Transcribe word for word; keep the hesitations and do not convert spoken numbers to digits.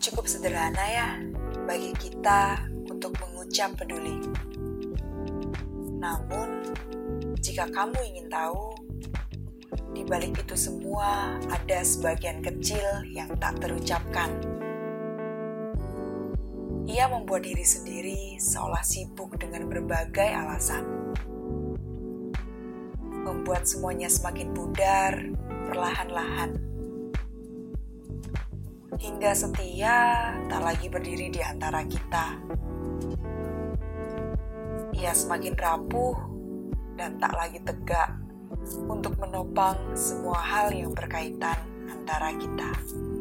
Cukup sederhana ya bagi kita untuk mengucap peduli. Namun, jika kamu ingin tahu, di balik itu semua ada sebagian kecil yang tak terucapkan. Ia membuat diri sendiri seolah sibuk dengan berbagai alasan. Membuat semuanya semakin pudar, perlahan-lahan. Hingga setia tak lagi berdiri di antara kita. Ia semakin rapuh dan tak lagi tegak untuk menopang semua hal yang berkaitan antara kita.